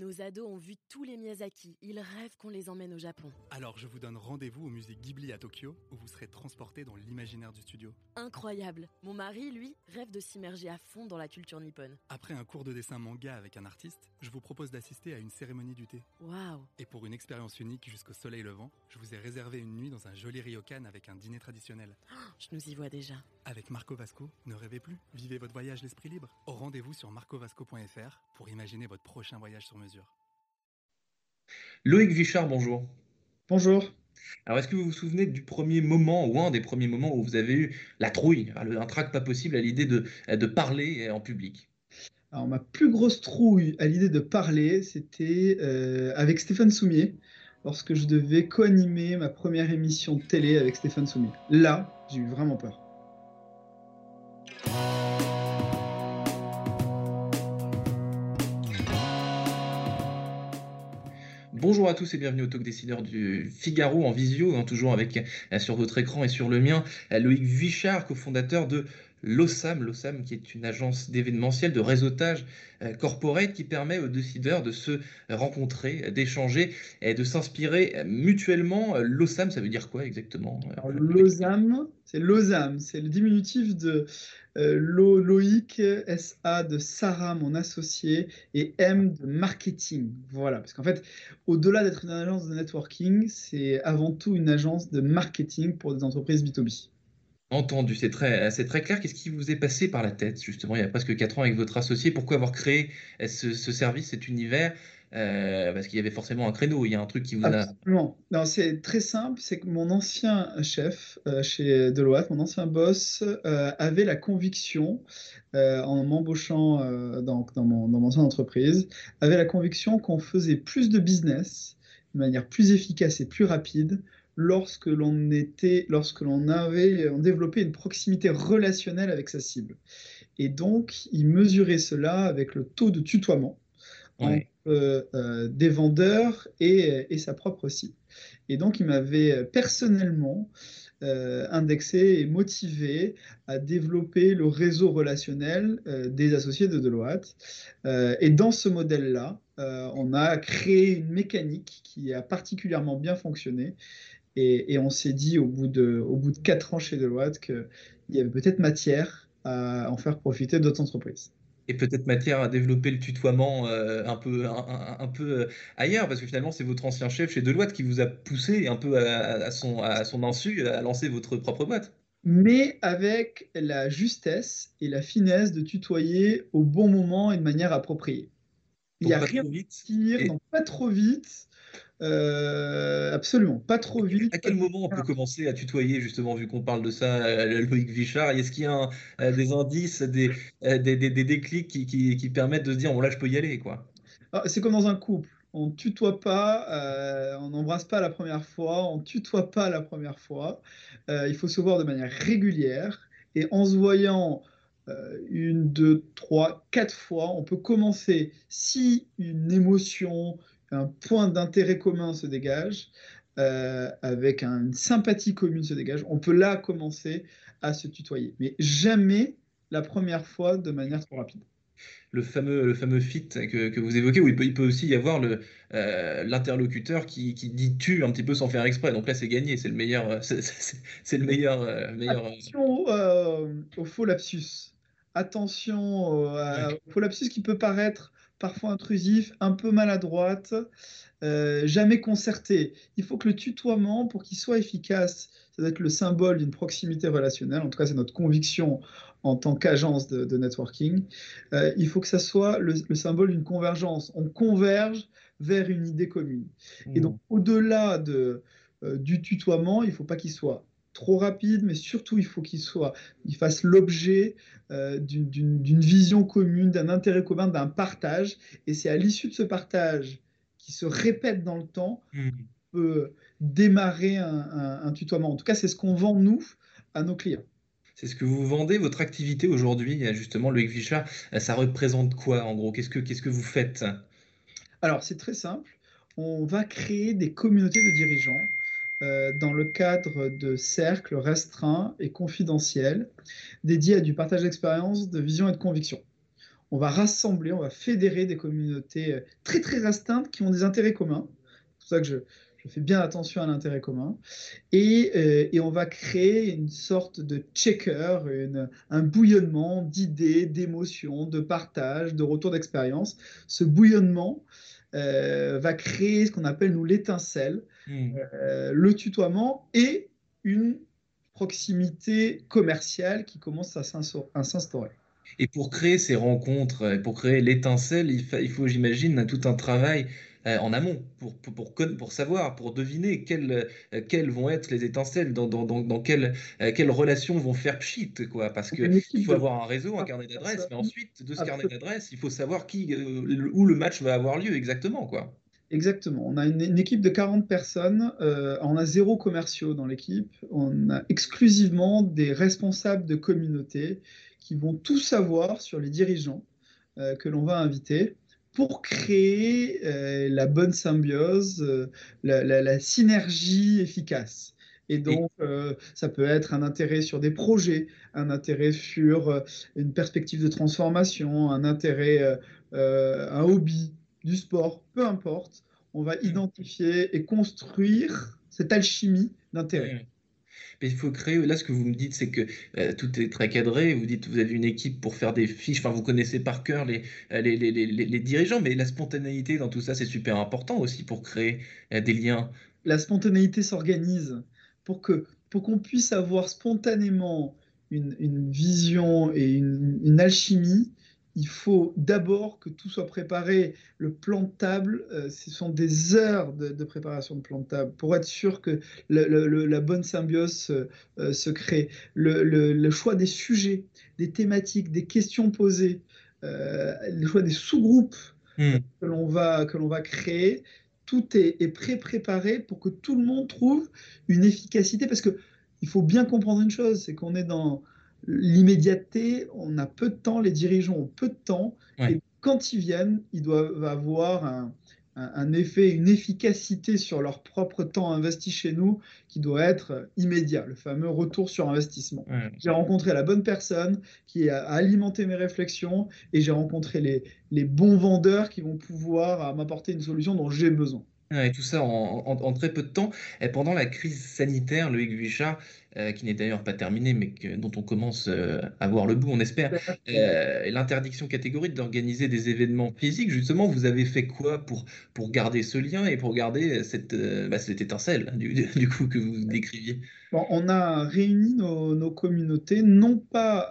Nos ados ont vu tous les Miyazaki. Ils rêvent qu'on les emmène au Japon. Alors je vous donne rendez-vous au musée Ghibli à Tokyo, où vous serez transportés dans l'imaginaire du studio. Incroyable. Mon mari, lui, rêve de s'immerger à fond dans la culture nippone. Après un cours de dessin manga avec un artiste, je vous propose d'assister à une cérémonie du thé. Waouh. Et pour une expérience unique jusqu'au soleil levant, je vous ai réservé une nuit dans un joli ryokan avec un dîner traditionnel. Je nous y vois déjà. Avec Marco Vasco, ne rêvez plus, vivez votre voyage l'esprit libre. Au rendez-vous sur marcovasco.fr pour imaginer votre prochain voyage sur mesure. Loïc Vichard, bonjour. Bonjour. Alors, est-ce que vous vous souvenez du premier moment, ou un des premiers moments où vous avez eu la trouille, un trac pas possible à l'idée de parler en public? Alors, ma plus grosse trouille à l'idée de parler, c'était avec Stéphane Soumier, lorsque je devais co-animer ma première émission de télé avec Stéphane Soumier. Là, j'ai eu vraiment peur. Bonjour à tous et bienvenue au Talk Décideur du Figaro en visio, toujours avec sur votre écran et sur le mien, Loïc Vichard, cofondateur de l'OSAM. L'OSAM qui est une agence d'événementiel, de réseautage corporate qui permet aux décideurs de se rencontrer, d'échanger et de s'inspirer mutuellement. L'OSAM, ça veut dire quoi exactement? Alors, l'OSAM, c'est le diminutif de Loïc, SA de Sarah, mon associé, et M de marketing. Voilà, parce qu'en fait, au-delà d'être une agence de networking, c'est avant tout une agence de marketing pour des entreprises B2B. Entendu, c'est très clair. Qu'est-ce qui vous est passé par la tête, justement, il y a presque 4 ans avec votre associé? Pourquoi avoir créé ce service, cet univers? Parce qu'il y avait forcément un créneau, il y a un truc qui vous a... Absolument. Non, c'est très simple, c'est que mon ancien chef chez Deloitte, mon ancien boss, avait la conviction, en m'embauchant dans mon ancienne entreprise, avait la conviction qu'on faisait plus de business de manière plus efficace et plus rapide lorsque l'on avait développé une proximité relationnelle avec sa cible. Et donc, il mesurait cela avec le taux de tutoiement entre des vendeurs et sa propre cible. Et donc, il m'avait personnellement indexé et motivé à développer le réseau relationnel des associés de Deloitte. Et dans ce modèle-là, on a créé une mécanique qui a particulièrement bien fonctionné. Et on s'est dit au bout de 4 ans chez Deloitte qu'il y avait peut-être matière à en faire profiter d'autres entreprises. Et peut-être matière à développer le tutoiement un peu ailleurs, parce que finalement, c'est votre ancien chef chez Deloitte qui vous a poussé un peu à son insu à lancer votre propre boîte. Mais avec la justesse et la finesse de tutoyer au bon moment et de manière appropriée. Il n'y a rien de pire, non, pas trop vite. Absolument, pas trop vite. À quel moment on peut commencer à tutoyer, justement, vu qu'on parle de ça, Loïc Vichard? Est-ce qu'il y a des indices, des déclics qui permettent de se dire, bon là, je peux y aller, quoi? C'est comme dans un couple. On ne tutoie pas, on n'embrasse pas la première fois, on ne tutoie pas la première fois. Il faut se voir de manière régulière. Et en se voyant 1, 2, 3, 4 fois, on peut commencer, si une émotion, un point d'intérêt commun se dégage, avec une sympathie commune se dégage, on peut là commencer à se tutoyer. Mais jamais la première fois de manière trop rapide. Le fameux fit que vous évoquez, où il peut aussi y avoir l'interlocuteur qui dit tu un petit peu sans faire exprès. Donc là, c'est gagné, c'est le meilleur. C'est le meilleur. Attention au faux lapsus. Attention au faux lapsus qui peut paraître parfois intrusif, un peu maladroite, jamais concerté. Il faut que le tutoiement, pour qu'il soit efficace, ça doit être le symbole d'une proximité relationnelle. En tout cas, c'est notre conviction en tant qu'agence de networking. Il faut que ça soit le symbole d'une convergence. On converge vers une idée commune. Et donc, au-delà du tutoiement, il ne faut pas qu'il soit trop rapide, mais surtout, il faut il fasse l'objet d'une vision commune, d'un intérêt commun, d'un partage. Et c'est à l'issue de ce partage qui se répète dans le temps qu'on peut démarrer un tutoiement. En tout cas, c'est ce qu'on vend, nous, à nos clients. C'est ce que vous vendez, votre activité aujourd'hui, justement, Loïc Vichard, ça représente quoi, en gros? Qu'est-ce que vous faites? Alors, c'est très simple. On va créer des communautés de dirigeants dans le cadre de cercles restreints et confidentiels dédiés à du partage d'expérience, de vision et de conviction. on va rassembler, on va fédérer des communautés très très restreintes qui ont des intérêts communs. C'est pour ça que je fais bien attention à l'intérêt commun. Et on va créer une sorte de checker, un bouillonnement d'idées, d'émotions, de partage, de retour d'expérience. Ce bouillonnement va créer ce qu'on appelle, nous, l'étincelle, le tutoiement et une proximité commerciale qui commence à s'instaurer. Et pour créer ces rencontres, pour créer l'étincelle, il faut, j'imagine, tout un travail en amont pour savoir, pour deviner quelles vont être les étincelles, dans quelles relations vont faire pchit, quoi. Parce On a une qu'il équipe faut de avoir un réseau, un 20 carnet d'adresses, mais personnes. ensuite, de ce carnet d'adresses, il faut savoir où le match va avoir lieu exactement, quoi. Exactement. On a une équipe de 40 personnes. On a 0 commerciaux dans l'équipe. On a exclusivement des responsables de communauté qui vont tout savoir sur les dirigeants que l'on va inviter pour créer la bonne symbiose, la synergie efficace. Et Et, donc, ça peut être un intérêt sur des projets, un intérêt sur une perspective de transformation, un intérêt, un hobby, du sport, peu importe. On va identifier et construire cette alchimie d'intérêt. Mais il faut créer, là ce que vous me dites, c'est que tout est très cadré, vous dites que vous avez une équipe pour faire des fiches, enfin vous connaissez par cœur les dirigeants, mais la spontanéité dans tout ça, c'est super important aussi pour créer des liens. La spontanéité s'organise pour qu'on puisse avoir spontanément une vision et une alchimie. Il faut d'abord que tout soit préparé. Le plan de table, ce sont des heures de préparation de plan de table pour être sûr que la bonne symbiose se crée. Le choix des sujets, des thématiques, des questions posées, le choix des sous-groupes Hmm. que l'on va créer, tout est pré-préparé pour que tout le monde trouve une efficacité. Parce que il faut bien comprendre une chose, c'est qu'on est dans l'immédiateté, on a peu de temps, les dirigeants ont peu de temps, Ouais. et quand ils viennent, ils doivent avoir un effet, une efficacité sur leur propre temps investi chez nous qui doit être immédiat, le fameux retour sur investissement. Ouais. J'ai rencontré la bonne personne qui a alimenté mes réflexions et j'ai rencontré les bons vendeurs qui vont pouvoir m'apporter une solution dont j'ai besoin. Ouais, et tout ça en très peu de temps. Et pendant la crise sanitaire, Loïc Vuichard, qui n'est d'ailleurs pas terminée, mais dont on commence à voir le bout, on espère, l'interdiction catégorique d'organiser des événements physiques, justement, vous avez fait quoi pour garder ce lien et pour garder cette étincelle, du coup, que vous décriviez? Bon, on a réuni nos communautés, non pas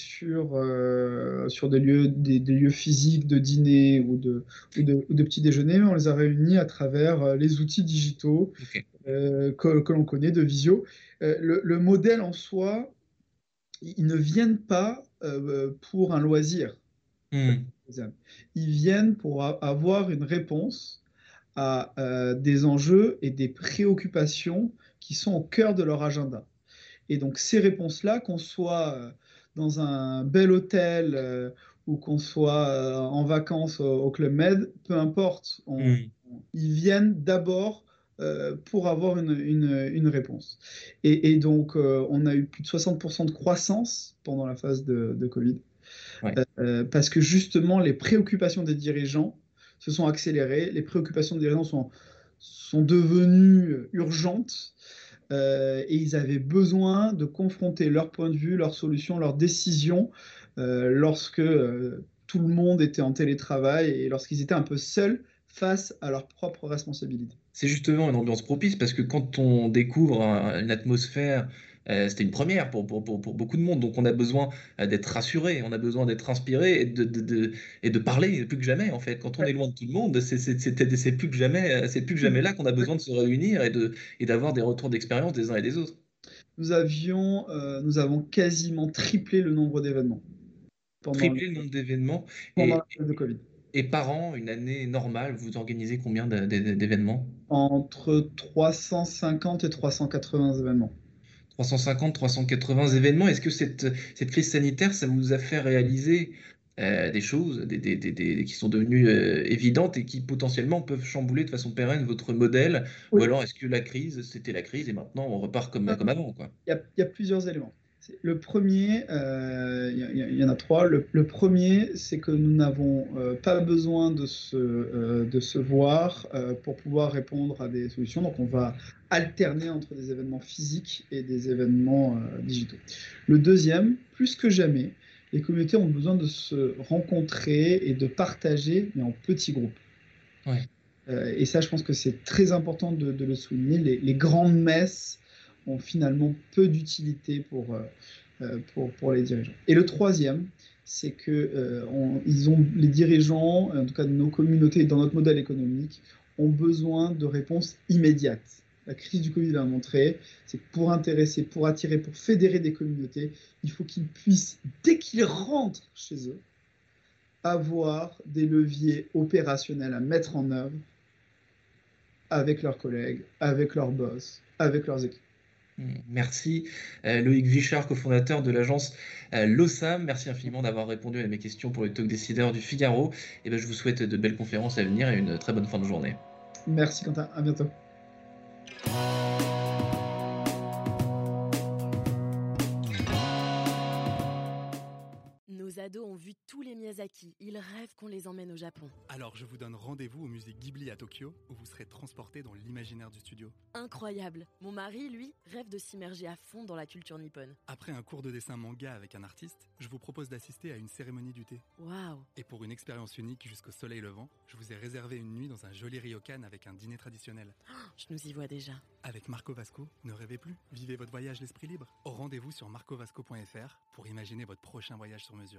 sur des lieux physiques de dîner ou de petit déjeuner, mais on les a réunis à travers les outils digitaux Ok. que l'on connaît de visio. Le modèle en soi, ils ne viennent pas pour un loisir. Hmm. Ils viennent pour avoir une réponse à des enjeux et des préoccupations qui sont au cœur de leur agenda. Et donc ces réponses-là, qu'on soit dans un bel hôtel ou qu'on soit en vacances au Club Med, peu importe, Hmm. ils viennent d'abord pour avoir une réponse. Et donc on a eu plus de 60% de croissance pendant la phase de Covid, Ouais. parce que justement les préoccupations des dirigeants se sont accélérées, les préoccupations des dirigeants sont devenues urgentes et ils avaient besoin de confronter leur point de vue, leurs solutions, leurs décisions lorsque tout le monde était en télétravail et lorsqu'ils étaient un peu seuls face à leurs propres responsabilités. C'est justement une ambiance propice parce que quand on découvre une atmosphère, c'était une première pour beaucoup de monde. Donc on a besoin d'être rassuré, on a besoin d'être inspiré et de parler plus que jamais en fait. Quand on est loin de tout le monde, c'est plus que jamais, c'est plus que jamais là qu'on a besoin de se réunir et d'avoir des retours d'expérience des uns et des autres. Nous avons quasiment triplé le nombre d'événements pendant, Tripler le nombre d'événements pendant la et, période de Covid. et par an, une année normale, vous organisez combien d'événements? Entre 350 et 380 événements. 350, 380 événements. Est-ce que cette crise sanitaire, ça vous a fait réaliser des choses qui sont devenues évidentes et qui potentiellement peuvent chambouler de façon pérenne votre modèle? Ou Oui, alors est-ce que la crise, c'était la crise et maintenant on repart comme avant, quoi? il y a plusieurs éléments. Le premier, il y en a trois. Le premier, c'est que nous n'avons pas besoin de se voir pour pouvoir répondre à des solutions. Donc, on va alterner entre des événements physiques et des événements digitaux. Le deuxième, plus que jamais, les communautés ont besoin de se rencontrer et de partager, mais en petits groupes. Ouais. Et ça, je pense que c'est très important de le souligner. Les grandes messes ont finalement peu d'utilité pour les dirigeants. Et le troisième, c'est que les dirigeants, en tout cas de nos communautés et dans notre modèle économique, ont besoin de réponses immédiates. La crise du Covid l'a montré, c'est que pour intéresser, pour attirer, pour fédérer des communautés, il faut qu'ils puissent, dès qu'ils rentrent chez eux, avoir des leviers opérationnels à mettre en œuvre avec leurs collègues, avec leurs boss, avec leurs équipes. Merci Loïc Vichard, cofondateur de l'agence Lossam. Merci infiniment d'avoir répondu à mes questions pour le Talk Décideur du Figaro. Et ben, je vous souhaite de belles conférences à venir et une très bonne fin de journée. Merci Quentin, à bientôt. Nos ados ont vu tous les Miyazaki. Ils rêvent qu'on les emmène au Japon. Alors je vous donne rendez-vous au musée Ghibli à Tokyo, où vous serez transporté dans l'imaginaire du studio. Incroyable. Mon mari, lui, rêve de s'immerger à fond dans la culture nippone. Après un cours de dessin manga avec un artiste, je vous propose d'assister à une cérémonie du thé. Waouh. Et pour une expérience unique jusqu'au soleil levant, je vous ai réservé une nuit dans un joli ryokan avec un dîner traditionnel. Je nous y vois déjà. Avec Marco Vasco, ne rêvez plus, vivez votre voyage l'esprit libre. Rendez-vous sur marcovasco.fr pour imaginer votre prochain voyage sur mesure.